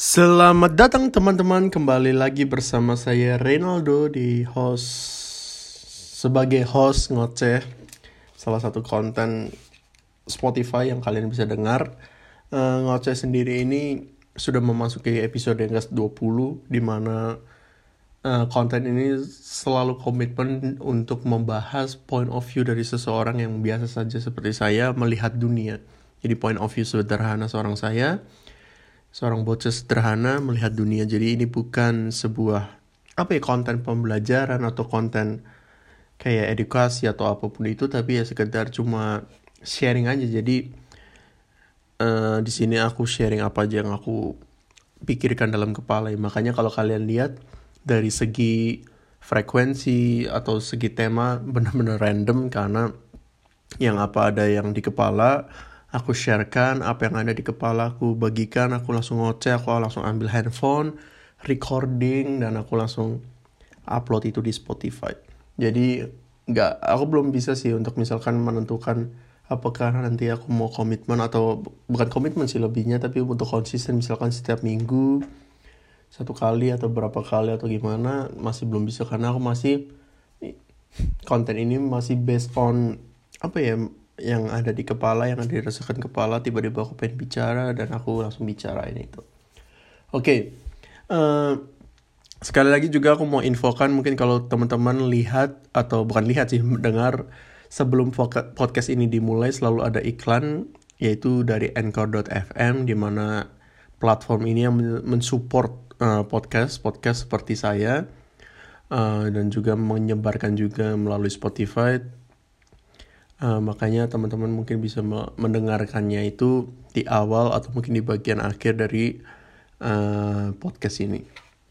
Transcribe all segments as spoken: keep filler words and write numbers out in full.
Selamat datang teman-teman, kembali lagi bersama saya Reynaldo di host sebagai host ngoceh, salah satu konten Spotify yang kalian bisa dengar. Uh, ngoceh sendiri ini sudah memasuki episode yang ke dua puluh, di mana uh, konten ini selalu komitmen untuk membahas point of view dari seseorang yang biasa saja seperti saya melihat dunia. Jadi point of view sederhana seorang saya, seorang bocah sederhana melihat dunia. Jadi ini bukan sebuah apa ya konten pembelajaran atau konten kayak edukasi atau apapun itu, tapi ya sekedar cuma sharing aja. Jadi uh, di sini aku sharing apa aja yang aku pikirkan dalam kepala. Makanya kalau kalian lihat dari segi frekuensi atau segi tema benar-benar random, karena yang apa ada yang di kepala aku sharekan, apa yang ada di kepala aku bagikan, aku langsung ngoceh, aku langsung ambil handphone, recording, dan aku langsung upload itu di Spotify. Jadi nggak, aku belum bisa sih untuk misalkan menentukan apakah nanti aku mau komitmen atau bukan komitmen sih lebihnya, tapi untuk konsisten misalkan setiap minggu satu kali atau berapa kali atau gimana, masih belum bisa karena aku masih konten ini masih based on apa ya yang ada di kepala, yang ada dirasakan kepala. Tiba-tiba aku pengen bicara dan aku langsung bicarain itu. Oke, okay. uh, sekali lagi juga aku mau infokan, mungkin kalau teman-teman lihat atau bukan lihat sih, mendengar sebelum podcast ini dimulai selalu ada iklan, yaitu dari anchor dot f m, di mana platform ini yang mensupport uh, podcast podcast seperti saya, uh, dan juga menyebarkan juga melalui Spotify. Uh, makanya teman-teman mungkin bisa me- mendengarkannya itu di awal atau mungkin di bagian akhir dari uh, podcast ini.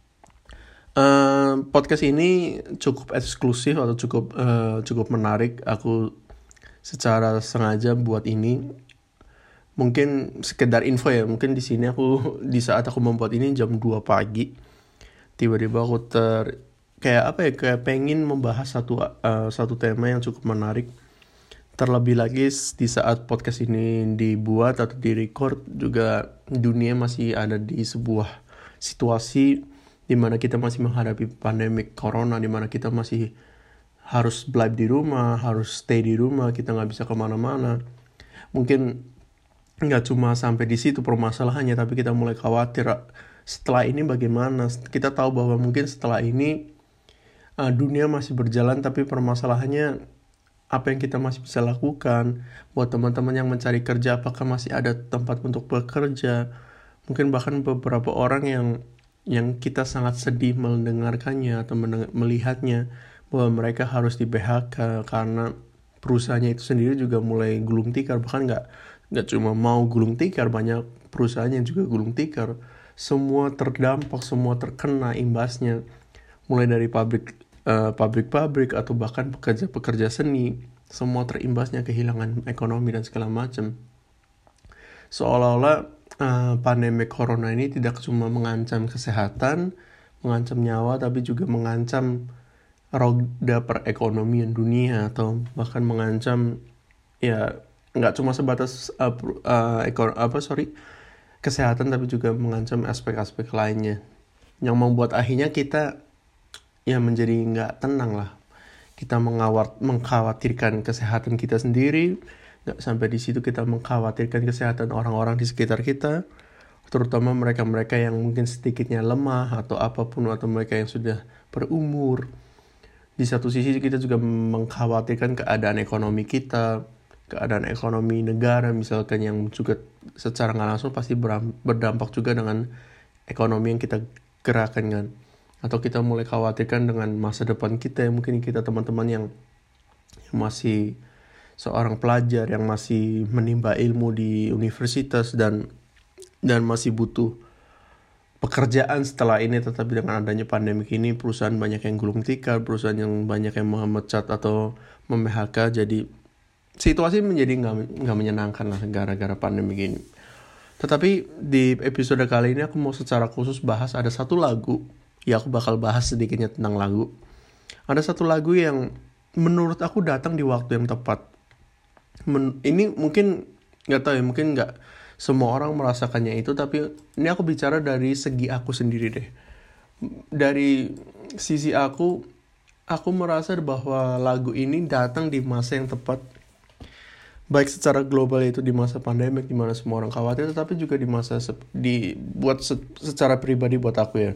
Uh, podcast ini cukup eksklusif atau cukup uh, cukup menarik. Aku secara sengaja buat ini. Mungkin sekedar info ya. Mungkin di sini aku di saat aku membuat ini jam dua pagi. Tiba-tiba aku ter kayak apa ya kayak pengen membahas satu uh, satu tema yang cukup menarik. Terlebih lagi di saat podcast ini dibuat atau direcord juga dunia masih ada di sebuah situasi di mana kita masih menghadapi pandemik corona, di mana kita masih harus belive di rumah, harus stay di rumah, kita nggak bisa kemana-mana. Mungkin nggak cuma sampai di situ permasalahannya, tapi kita mulai khawatir setelah ini bagaimana. Kita tahu bahwa mungkin setelah ini uh, dunia masih berjalan, tapi permasalahannya apa yang kita masih bisa lakukan. Buat teman-teman yang mencari kerja, apakah masih ada tempat untuk bekerja? Mungkin bahkan beberapa orang yang yang kita sangat sedih mendengarkannya atau meneng- melihatnya, bahwa mereka harus di P H K karena perusahaannya itu sendiri juga mulai gulung tikar. Bahkan nggak nggak cuma mau gulung tikar, banyak perusahaan yang juga gulung tikar. Semua terdampak, semua terkena imbasnya, mulai dari pabrik Uh, pabrik-pabrik atau bahkan pekerja-pekerja seni, semua terimbasnya, kehilangan ekonomi dan segala macam. Seolah-olah uh, pandemi corona ini tidak cuma mengancam kesehatan, mengancam nyawa, tapi juga mengancam roda perekonomian dunia, atau bahkan mengancam ya nggak cuma sebatas uh, uh, ekor apa sorry kesehatan, tapi juga mengancam aspek-aspek lainnya yang membuat akhirnya kita ya menjadi nggak tenang lah. Kita mengawat, mengkhawatirkan kesehatan kita sendiri, nggak sampai di situ kita mengkhawatirkan kesehatan orang-orang di sekitar kita, terutama mereka-mereka yang mungkin sedikitnya lemah atau apapun, atau mereka yang sudah berumur. Di satu sisi kita juga mengkhawatirkan keadaan ekonomi kita, keadaan ekonomi negara misalkan, yang juga secara nggak langsung pasti berdampak juga dengan ekonomi yang kita gerakan kan. Atau kita mulai khawatirkan dengan masa depan kita, yang mungkin kita teman-teman yang, yang masih seorang pelajar, yang masih menimba ilmu di universitas dan dan masih butuh pekerjaan setelah ini. Tetapi dengan adanya pandemi ini, perusahaan banyak yang gulung tikar, perusahaan yang banyak yang memecat atau mem-P H K. Jadi situasi menjadi nggak nggak menyenangkan lah gara-gara pandemi ini. Tetapi di episode kali ini aku mau secara khusus bahas ada satu lagu. Ya, aku bakal bahas sedikitnya tentang lagu. Ada satu lagu yang menurut aku datang di waktu yang tepat. Men- ini mungkin nggak tahu ya, mungkin nggak semua orang merasakannya itu, tapi ini aku bicara dari segi aku sendiri deh. Dari sisi aku, aku merasa bahwa lagu ini datang di masa yang tepat. Baik secara global, itu di masa pandemik di mana semua orang khawatir, tetapi juga di masa se- di buat se- secara pribadi buat aku ya.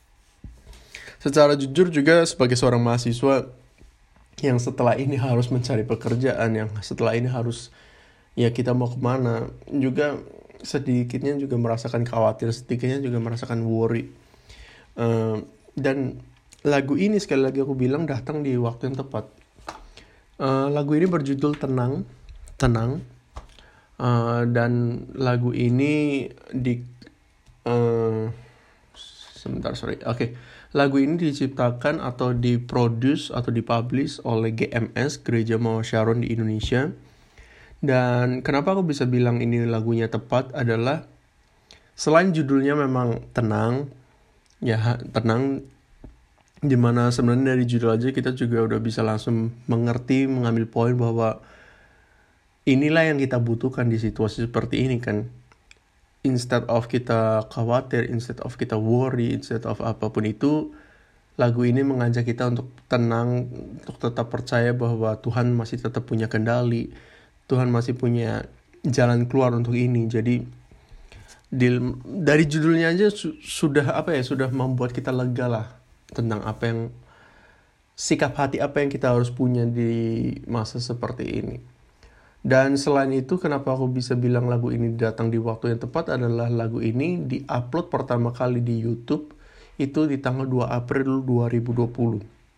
Secara jujur juga sebagai seorang mahasiswa yang setelah ini harus mencari pekerjaan, yang setelah ini harus ya kita mau kemana, juga sedikitnya juga merasakan khawatir, sedikitnya juga merasakan worry. Uh, dan lagu ini sekali lagi aku bilang datang di waktu yang tepat. Uh, lagu ini berjudul Tenang, Tenang, uh, dan lagu ini di uh, sebentar sorry, oke, okay. Lagu ini diciptakan atau diproduce atau dipublish oleh G M S, Gereja Mawar Sharon di Indonesia. Dan kenapa aku bisa bilang ini lagunya tepat adalah selain judulnya memang tenang, ya tenang, dimana sebenarnya dari judul aja kita juga udah bisa langsung mengerti, mengambil poin bahwa inilah yang kita butuhkan di situasi seperti ini kan. Instead of kita khawatir, instead of kita worry, instead of apapun itu, lagu ini mengajak kita untuk tenang, untuk tetap percaya bahwa Tuhan masih tetap punya kendali, Tuhan masih punya jalan keluar untuk ini. Jadi di, dari judulnya aja su, sudah apa ya, sudah membuat kita lega lah tentang apa yang sikap hati apa yang kita harus punya di masa seperti ini. Dan selain itu, kenapa aku bisa bilang lagu ini datang di waktu yang tepat adalah lagu ini di-upload pertama kali di YouTube itu di tanggal dua April dua ribu dua puluh.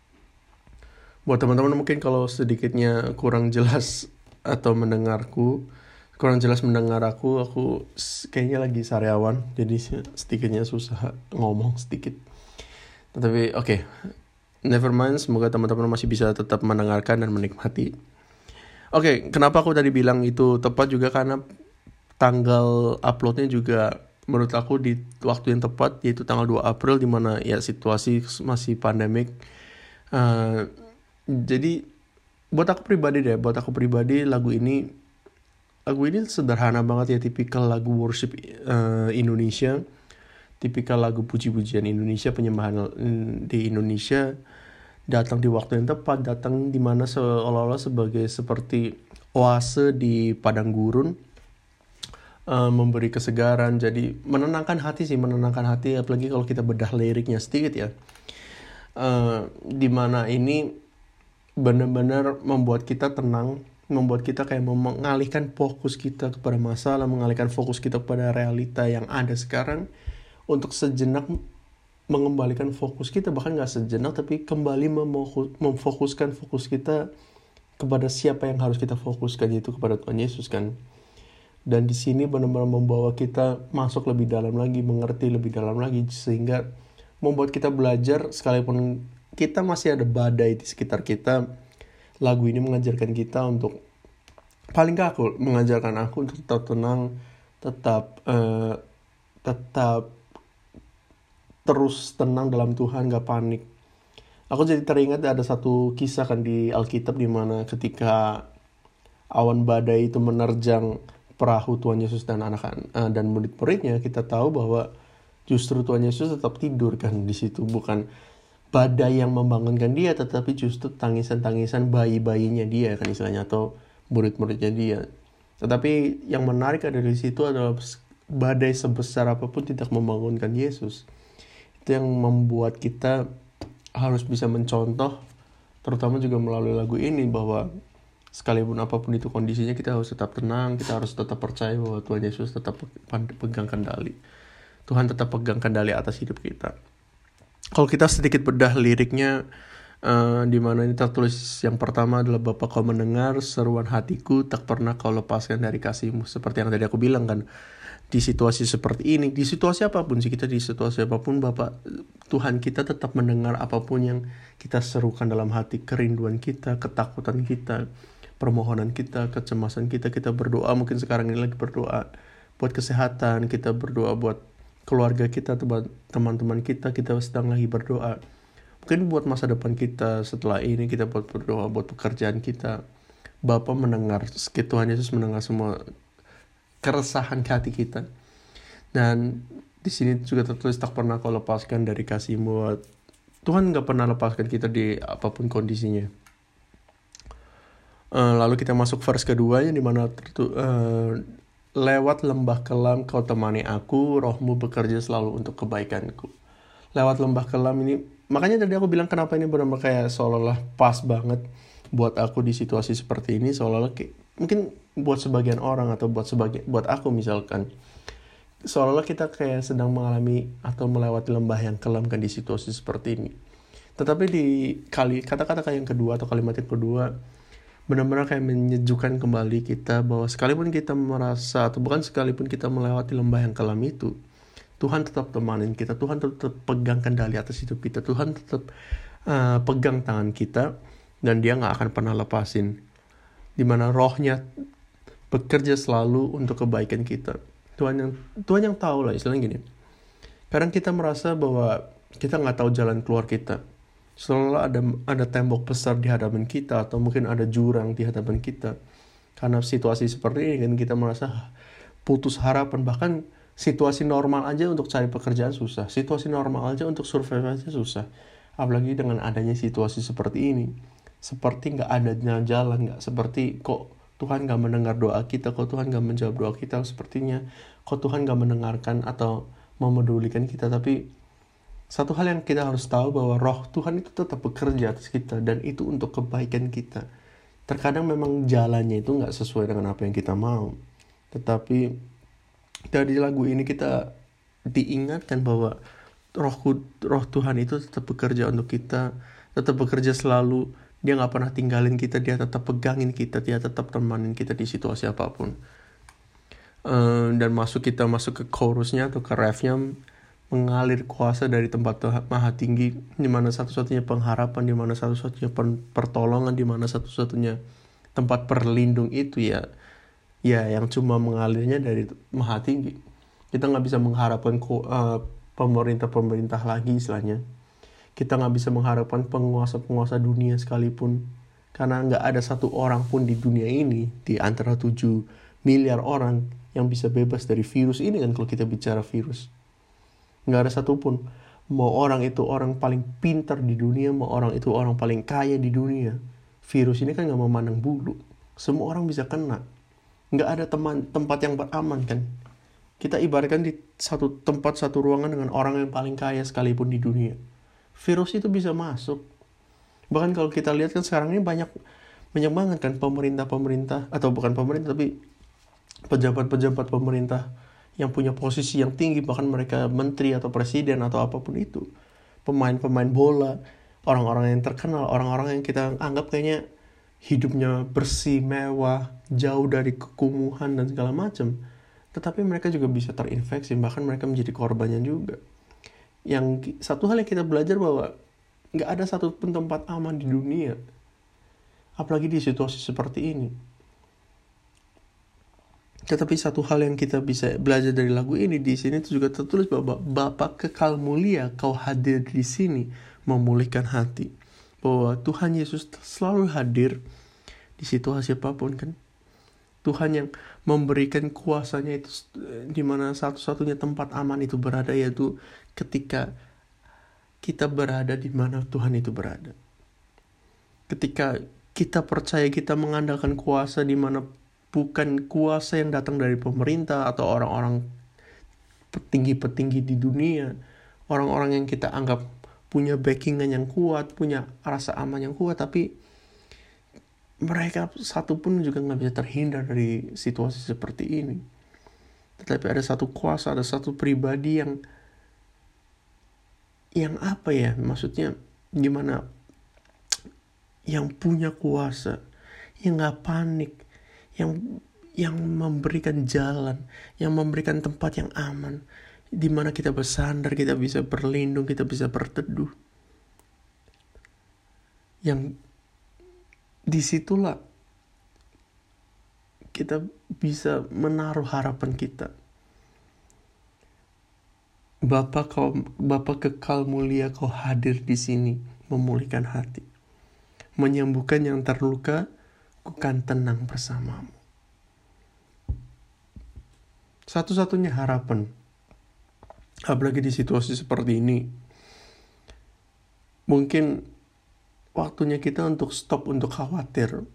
Buat teman-teman mungkin kalau sedikitnya kurang jelas atau mendengarku, kurang jelas mendengar aku, aku kayaknya lagi sariawan, jadi sedikitnya susah ngomong sedikit. Tapi oke, okay. Never mind, semoga teman-teman masih bisa tetap mendengarkan dan menikmati. Oke, okay, kenapa aku tadi bilang itu tepat juga karena tanggal uploadnya juga menurut aku di waktu yang tepat, yaitu tanggal dua April, di mana ya situasi masih pandemik. Uh, jadi buat aku pribadi deh, buat aku pribadi lagu ini lagu ini sederhana banget ya, tipikal lagu worship uh, Indonesia, tipikal lagu puji-pujian Indonesia, penyembahan di Indonesia. Datang di waktu yang tepat, datang di mana seolah-olah sebagai seperti oase di padang gurun, uh, memberi kesegaran, jadi menenangkan hati sih, menenangkan hati, apalagi kalau kita bedah liriknya sedikit ya, uh, di mana ini benar-benar membuat kita tenang, membuat kita kayak mengalihkan fokus kita kepada masalah, mengalihkan fokus kita kepada realita yang ada sekarang, untuk sejenak mengembalikan fokus kita, bahkan gak sejenak, tapi kembali memfokuskan fokus kita kepada siapa yang harus kita fokuskan, yaitu kepada Tuhan Yesus kan. Dan di sini benar-benar membawa kita masuk lebih dalam lagi, mengerti lebih dalam lagi, sehingga membuat kita belajar, sekalipun kita masih ada badai di sekitar kita, lagu ini mengajarkan kita untuk, paling gak aku, mengajarkan aku untuk tetap tenang, tetap uh, tetap terus tenang dalam Tuhan, gak panik. Aku jadi teringat ada satu kisah kan di Alkitab, di mana ketika awan badai itu menerjang perahu Tuhan Yesus dan anak uh, dan murid-muridnya, kita tahu bahwa justru Tuhan Yesus tetap tidur kan di situ. Bukan badai yang membangunkan dia, tetapi justru tangisan-tangisan bayi-bayinya dia kan istilahnya, atau murid-muridnya dia. Tetapi yang menarik ada di situ adalah badai sebesar apapun tidak membangunkan Yesus. Itu yang membuat kita harus bisa mencontoh, terutama juga melalui lagu ini, bahwa sekalipun apapun itu kondisinya, kita harus tetap tenang, kita harus tetap percaya bahwa Tuhan Yesus tetap pegang kendali. Tuhan tetap pegang kendali atas hidup kita. Kalau kita sedikit bedah liriknya, uh, di mana ini tertulis yang pertama adalah, Bapa, kau mendengar seruan hatiku, tak pernah kau lepaskan dari kasih-Mu. Seperti yang tadi aku bilang kan, di situasi seperti ini, di situasi apapun sih, kita di situasi apapun, Bapak Tuhan kita tetap mendengar apapun yang kita serukan dalam hati, kerinduan kita, ketakutan kita, permohonan kita, kecemasan kita. Kita berdoa, mungkin sekarang ini lagi berdoa buat kesehatan, kita berdoa buat keluarga kita, teman-teman kita, kita sedang lagi berdoa. Mungkin buat masa depan kita setelah ini, kita buat berdoa buat pekerjaan kita. Bapa mendengar, Tuhan Yesus mendengar semua keresahan di hati kita. Dan di sini juga tertulis tak pernah kau lepaskan dari kasih-Mu. Tuhan gak pernah lepaskan kita di apapun kondisinya. Uh, lalu kita masuk verse kedua yang dimana tertu- uh, lewat lembah kelam kau temani aku, rohmu bekerja selalu untuk kebaikanku. Lewat lembah kelam ini, makanya tadi aku bilang kenapa ini benar-benar kayak seolah-olah pas banget buat aku di situasi seperti ini, seolah-olah kayak, mungkin buat sebagian orang atau buat sebagian buat aku misalkan, seolah-olah kita kayak sedang mengalami atau melewati lembah yang kelam kan di situasi seperti ini. Tetapi di kali kata-kata yang kedua atau kalimat yang kedua benar-benar kayak menyejukkan kembali kita bahwa sekalipun kita merasa atau bukan sekalipun kita melewati lembah yang kelam itu, Tuhan tetap temanin kita, Tuhan tetap pegang kendali atas hidup kita, Tuhan tetap uh, pegang tangan kita, dan Dia gak akan pernah lepasin. Dimana rohnya bekerja selalu untuk kebaikan kita. Tuhan yang Tuhan yang tahu lah, istilahnya gini. Kadang kita merasa bahwa kita gak tahu jalan keluar kita. Selalu ada ada tembok besar di hadapan kita, atau mungkin ada jurang di hadapan kita. Karena situasi seperti ini kan kita merasa putus harapan, bahkan situasi normal aja untuk cari pekerjaan susah. Situasi normal aja untuk survive aja susah. Apalagi dengan adanya situasi seperti ini. Seperti gak adanya jalan. Gak seperti kok Tuhan gak mendengar doa kita. Kok Tuhan gak menjawab doa kita sepertinya. Kok Tuhan gak mendengarkan atau memedulikan kita. Tapi satu hal yang kita harus tahu bahwa roh Tuhan itu tetap bekerja atas kita. Dan itu untuk kebaikan kita. Terkadang memang jalannya itu gak sesuai dengan apa yang kita mau. Tetapi dari lagu ini kita diingatkan bahwa roh, roh Tuhan itu tetap bekerja untuk kita, tetap bekerja selalu. Dia gak pernah tinggalin kita, Dia tetap pegangin kita, Dia tetap temanin kita di situasi apapun. Uh, dan masuk kita masuk ke chorusnya atau ke refnya, mengalir kuasa dari tempat maha tinggi, di mana satu-satunya pengharapan, di mana satu-satunya pertolongan, di mana satu-satunya tempat perlindung itu ya ya yang cuma mengalirnya dari maha tinggi. Kita nggak bisa mengharapkan uh, pemerintah-pemerintah lagi istilahnya. Kita nggak bisa mengharapkan penguasa-penguasa dunia sekalipun, karena nggak ada satu orang pun di dunia ini di antara tujuh miliar orang yang bisa bebas dari virus ini kan. Kalau kita bicara virus, nggak ada satupun. Mau orang itu orang paling pintar di dunia, mau orang itu orang paling kaya di dunia, virus ini kan nggak memandang bulu. Semua orang bisa kena. Nggak ada teman tempat yang beraman kan. Kita ibaratkan di satu tempat, satu ruangan dengan orang yang paling kaya sekalipun di dunia, virus itu bisa masuk. Bahkan kalau kita lihat kan sekarang ini banyak banyak banget kan pemerintah-pemerintah, atau bukan pemerintah tapi pejabat-pejabat pemerintah yang punya posisi yang tinggi, bahkan mereka menteri atau presiden atau apapun itu, pemain-pemain bola, orang-orang yang terkenal, orang-orang yang kita anggap kayaknya hidupnya bersih, mewah, jauh dari kekumuhan dan segala macam. Tetapi mereka juga bisa terinfeksi, bahkan mereka menjadi korbannya juga. Yang satu hal yang kita belajar bahwa gak ada satupun tempat aman di dunia, apalagi di situasi seperti ini. Tetapi satu hal yang kita bisa belajar dari lagu ini, di sini itu juga tertulis bahwa Bapa kekal mulia, kau hadir di sini memulihkan hati. Bahwa Tuhan Yesus selalu hadir di situasi apapun kan. Tuhan yang memberikan kuasanya itu, di mana satu-satunya tempat aman itu berada, yaitu ketika kita berada di mana Tuhan itu berada. Ketika kita percaya, kita mengandalkan kuasa di mana bukan kuasa yang datang dari pemerintah atau orang-orang petinggi-petinggi di dunia, orang-orang yang kita anggap punya backingan yang kuat, punya rasa aman yang kuat, tapi mereka satu pun juga gak bisa terhindar dari situasi seperti ini. Tetapi ada satu kuasa, ada satu pribadi yang yang apa ya, maksudnya gimana, yang punya kuasa, yang gak panik, yang yang memberikan jalan, yang memberikan tempat yang aman, di mana kita bersandar, kita bisa berlindung, kita bisa berteduh. Yang disitulah kita bisa menaruh harapan kita. Bapa kau, Bapa kekal mulia, kau hadir di sini memulihkan hati, menyembuhkan yang terluka, ku kan tenang bersamamu. Satu-satunya harapan, apalagi di situasi seperti ini, mungkin waktunya kita untuk stop untuk khawatir.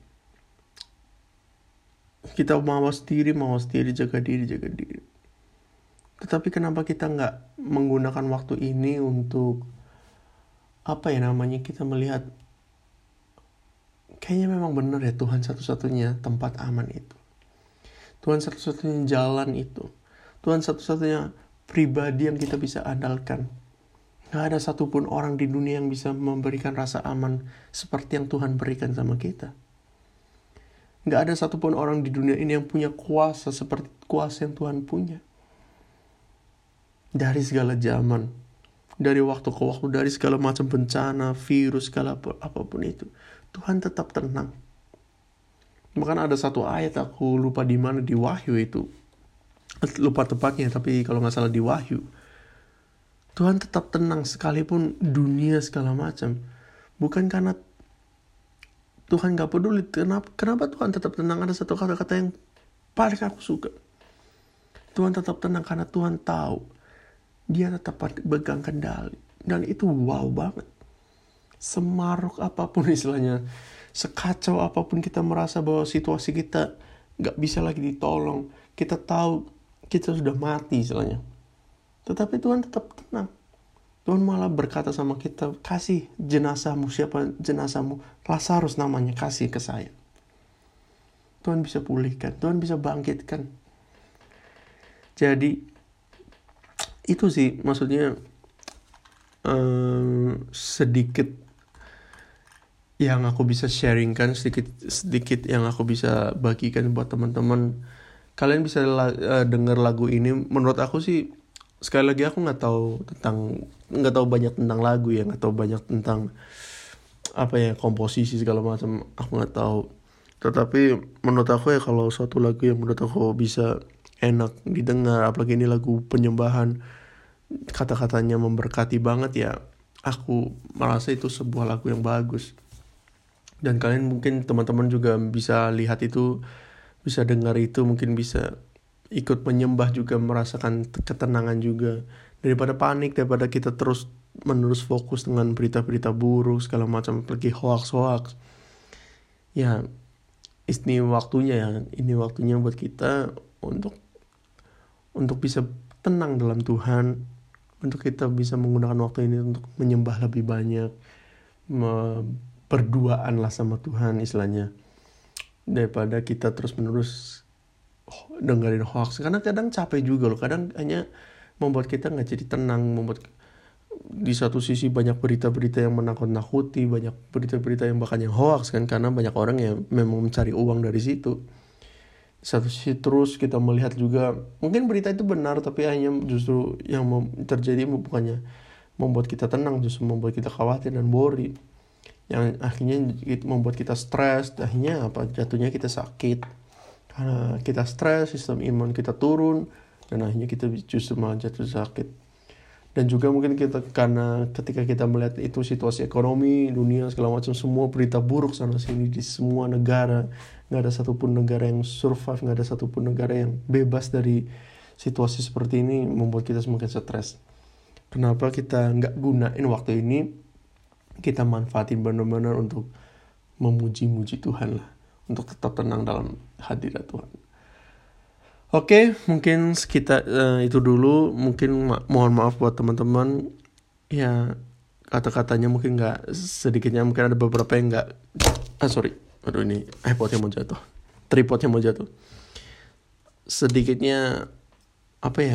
Kita mawas diri, mawas diri, jaga diri, jaga diri. Tetapi kenapa kita nggak menggunakan waktu ini untuk apa ya namanya, kita melihat kayaknya memang benar ya, Tuhan satu-satunya tempat aman itu. Tuhan satu-satunya jalan itu. Tuhan satu-satunya pribadi yang kita bisa andalkan. Gak ada satupun orang di dunia yang bisa memberikan rasa aman seperti yang Tuhan berikan sama kita. Gak ada satupun orang di dunia ini yang punya kuasa seperti kuasa yang Tuhan punya. Dari segala zaman, dari waktu ke waktu, dari segala macam bencana, virus, segala apapun itu, Tuhan tetap tenang. Bahkan ada satu ayat, aku lupa di mana, di Wahyu itu, lupa tepatnya, tapi kalau nggak salah di Wahyu, Tuhan tetap tenang sekalipun dunia segala macam. Bukan karena Tuhan nggak peduli. Kenapa, kenapa Tuhan tetap tenang? Ada satu kata-kata yang paling aku suka. Tuhan tetap tenang karena Tuhan tahu Dia tetap pegang kendali. Dan itu wow banget. Semaruk apapun istilahnya, sekacau apapun kita merasa bahwa situasi kita gak bisa lagi ditolong, kita tahu kita sudah mati istilahnya, tetapi Tuhan tetap tenang. Tuhan malah berkata sama kita, kasih jenazahmu, siapa jenazahmu? Lazarus namanya, kasih ke saya. Tuhan bisa pulihkan, Tuhan bisa bangkitkan. Jadi itu sih maksudnya, um, sedikit yang aku bisa sharingkan, sedikit sedikit yang aku bisa bagikan buat teman-teman. Kalian bisa la- uh, dengar lagu ini. Menurut aku sih, sekali lagi aku nggak tahu tentang nggak tahu banyak tentang lagu ya, nggak tahu banyak tentang apa ya, komposisi segala macam, aku nggak tahu. Tetapi menurut aku ya, kalau suatu lagu yang menurut aku bisa enak didengar, apalagi ini lagu penyembahan, kata-katanya memberkati banget ya, aku merasa itu sebuah lagu yang bagus. Dan kalian mungkin teman-teman juga bisa lihat itu, bisa dengar itu, mungkin bisa ikut menyembah juga, merasakan ketenangan juga. Daripada panik, daripada kita terus menerus fokus dengan berita-berita buruk segala macam, pergi hoax-hoax. Ya, ini waktunya ya, ini waktunya buat kita untuk untuk bisa tenang dalam Tuhan, untuk kita bisa menggunakan waktu ini untuk menyembah lebih banyak, me- berduaan lah sama Tuhan istilahnya, daripada kita terus menerus dengerin hoax. Karena kadang capek juga loh, kadang hanya membuat kita nggak jadi tenang, membuat di satu sisi banyak berita-berita yang menakut-nakuti, banyak berita-berita yang bahkan yang hoax kan, karena banyak orang yang memang mencari uang dari situ. Satu sisi terus kita melihat juga mungkin berita itu benar, tapi hanya justru yang mem- terjadi bukannya membuat kita tenang, justru membuat kita khawatir dan worry, yang akhirnya membuat kita stres. Akhirnya apa, jatuhnya kita sakit karena kita stres, sistem imun kita turun, dan akhirnya kita justru malah jatuh sakit. Dan juga mungkin kita karena ketika kita melihat itu situasi ekonomi dunia segala macam, semua berita buruk sana sini di semua negara, nggak ada satupun negara yang survive, nggak ada satupun negara yang bebas dari situasi seperti ini, membuat kita semakin stres. Kenapa kita nggak gunain waktu ini, kita manfaatin benar-benar untuk memuji-muji Tuhan lah, untuk tetap tenang dalam hadirat Tuhan. Oke, mungkin sekitar uh, itu dulu. Mungkin ma- mohon maaf buat teman-teman ya, kata-katanya mungkin nggak, sedikitnya mungkin ada beberapa yang nggak, ah sorry, aduh ini iPodnya mau jatuh, tripodnya mau jatuh. Sedikitnya apa ya,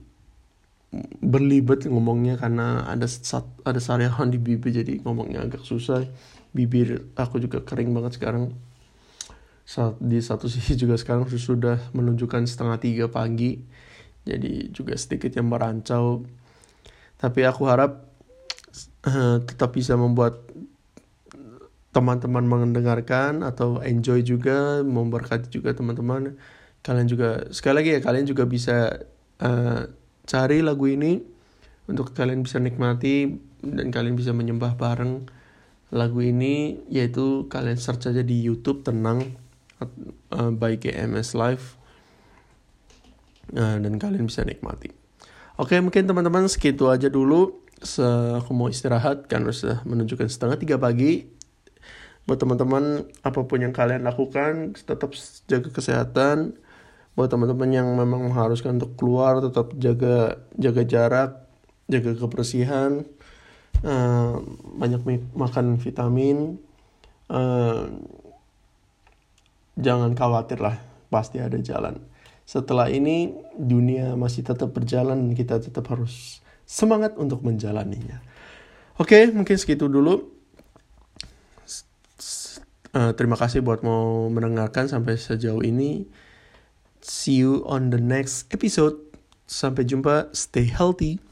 berlibet ngomongnya karena ada sat, ada sariawan di bibir, jadi ngomongnya agak susah. Bibir aku juga kering banget sekarang. Saat di satu sisi juga sekarang sudah menunjukkan setengah tiga pagi, jadi juga sedikit yang merancau. Tapi aku harap uh, tetap bisa membuat teman-teman mendengarkan atau enjoy juga, memberkati juga teman-teman. Kalian juga sekali lagi ya, kalian juga bisa uh, cari lagu ini untuk kalian bisa nikmati dan kalian bisa menyembah bareng lagu ini, yaitu kalian search aja di YouTube Tenang uh, by G M S Live. uh, dan kalian bisa nikmati. Oke, mungkin teman-teman segitu aja dulu. Se- aku mau istirahat karena sudah menunjukkan setengah tiga pagi. Buat teman-teman, apapun yang kalian lakukan, tetap jaga kesehatan. Buat teman-teman yang memang mengharuskan untuk keluar, tetap jaga jaga jarak, jaga kebersihan, uh, banyak mi- makan vitamin. Uh, jangan khawatir lah, pasti ada jalan. Setelah ini, dunia masih tetap berjalan dan kita tetap harus semangat untuk menjalaninya. Oke, mungkin segitu dulu. Uh, terima kasih buat mau mendengarkan sampai sejauh ini. See you on the next episode. Sampai jumpa. Stay healthy.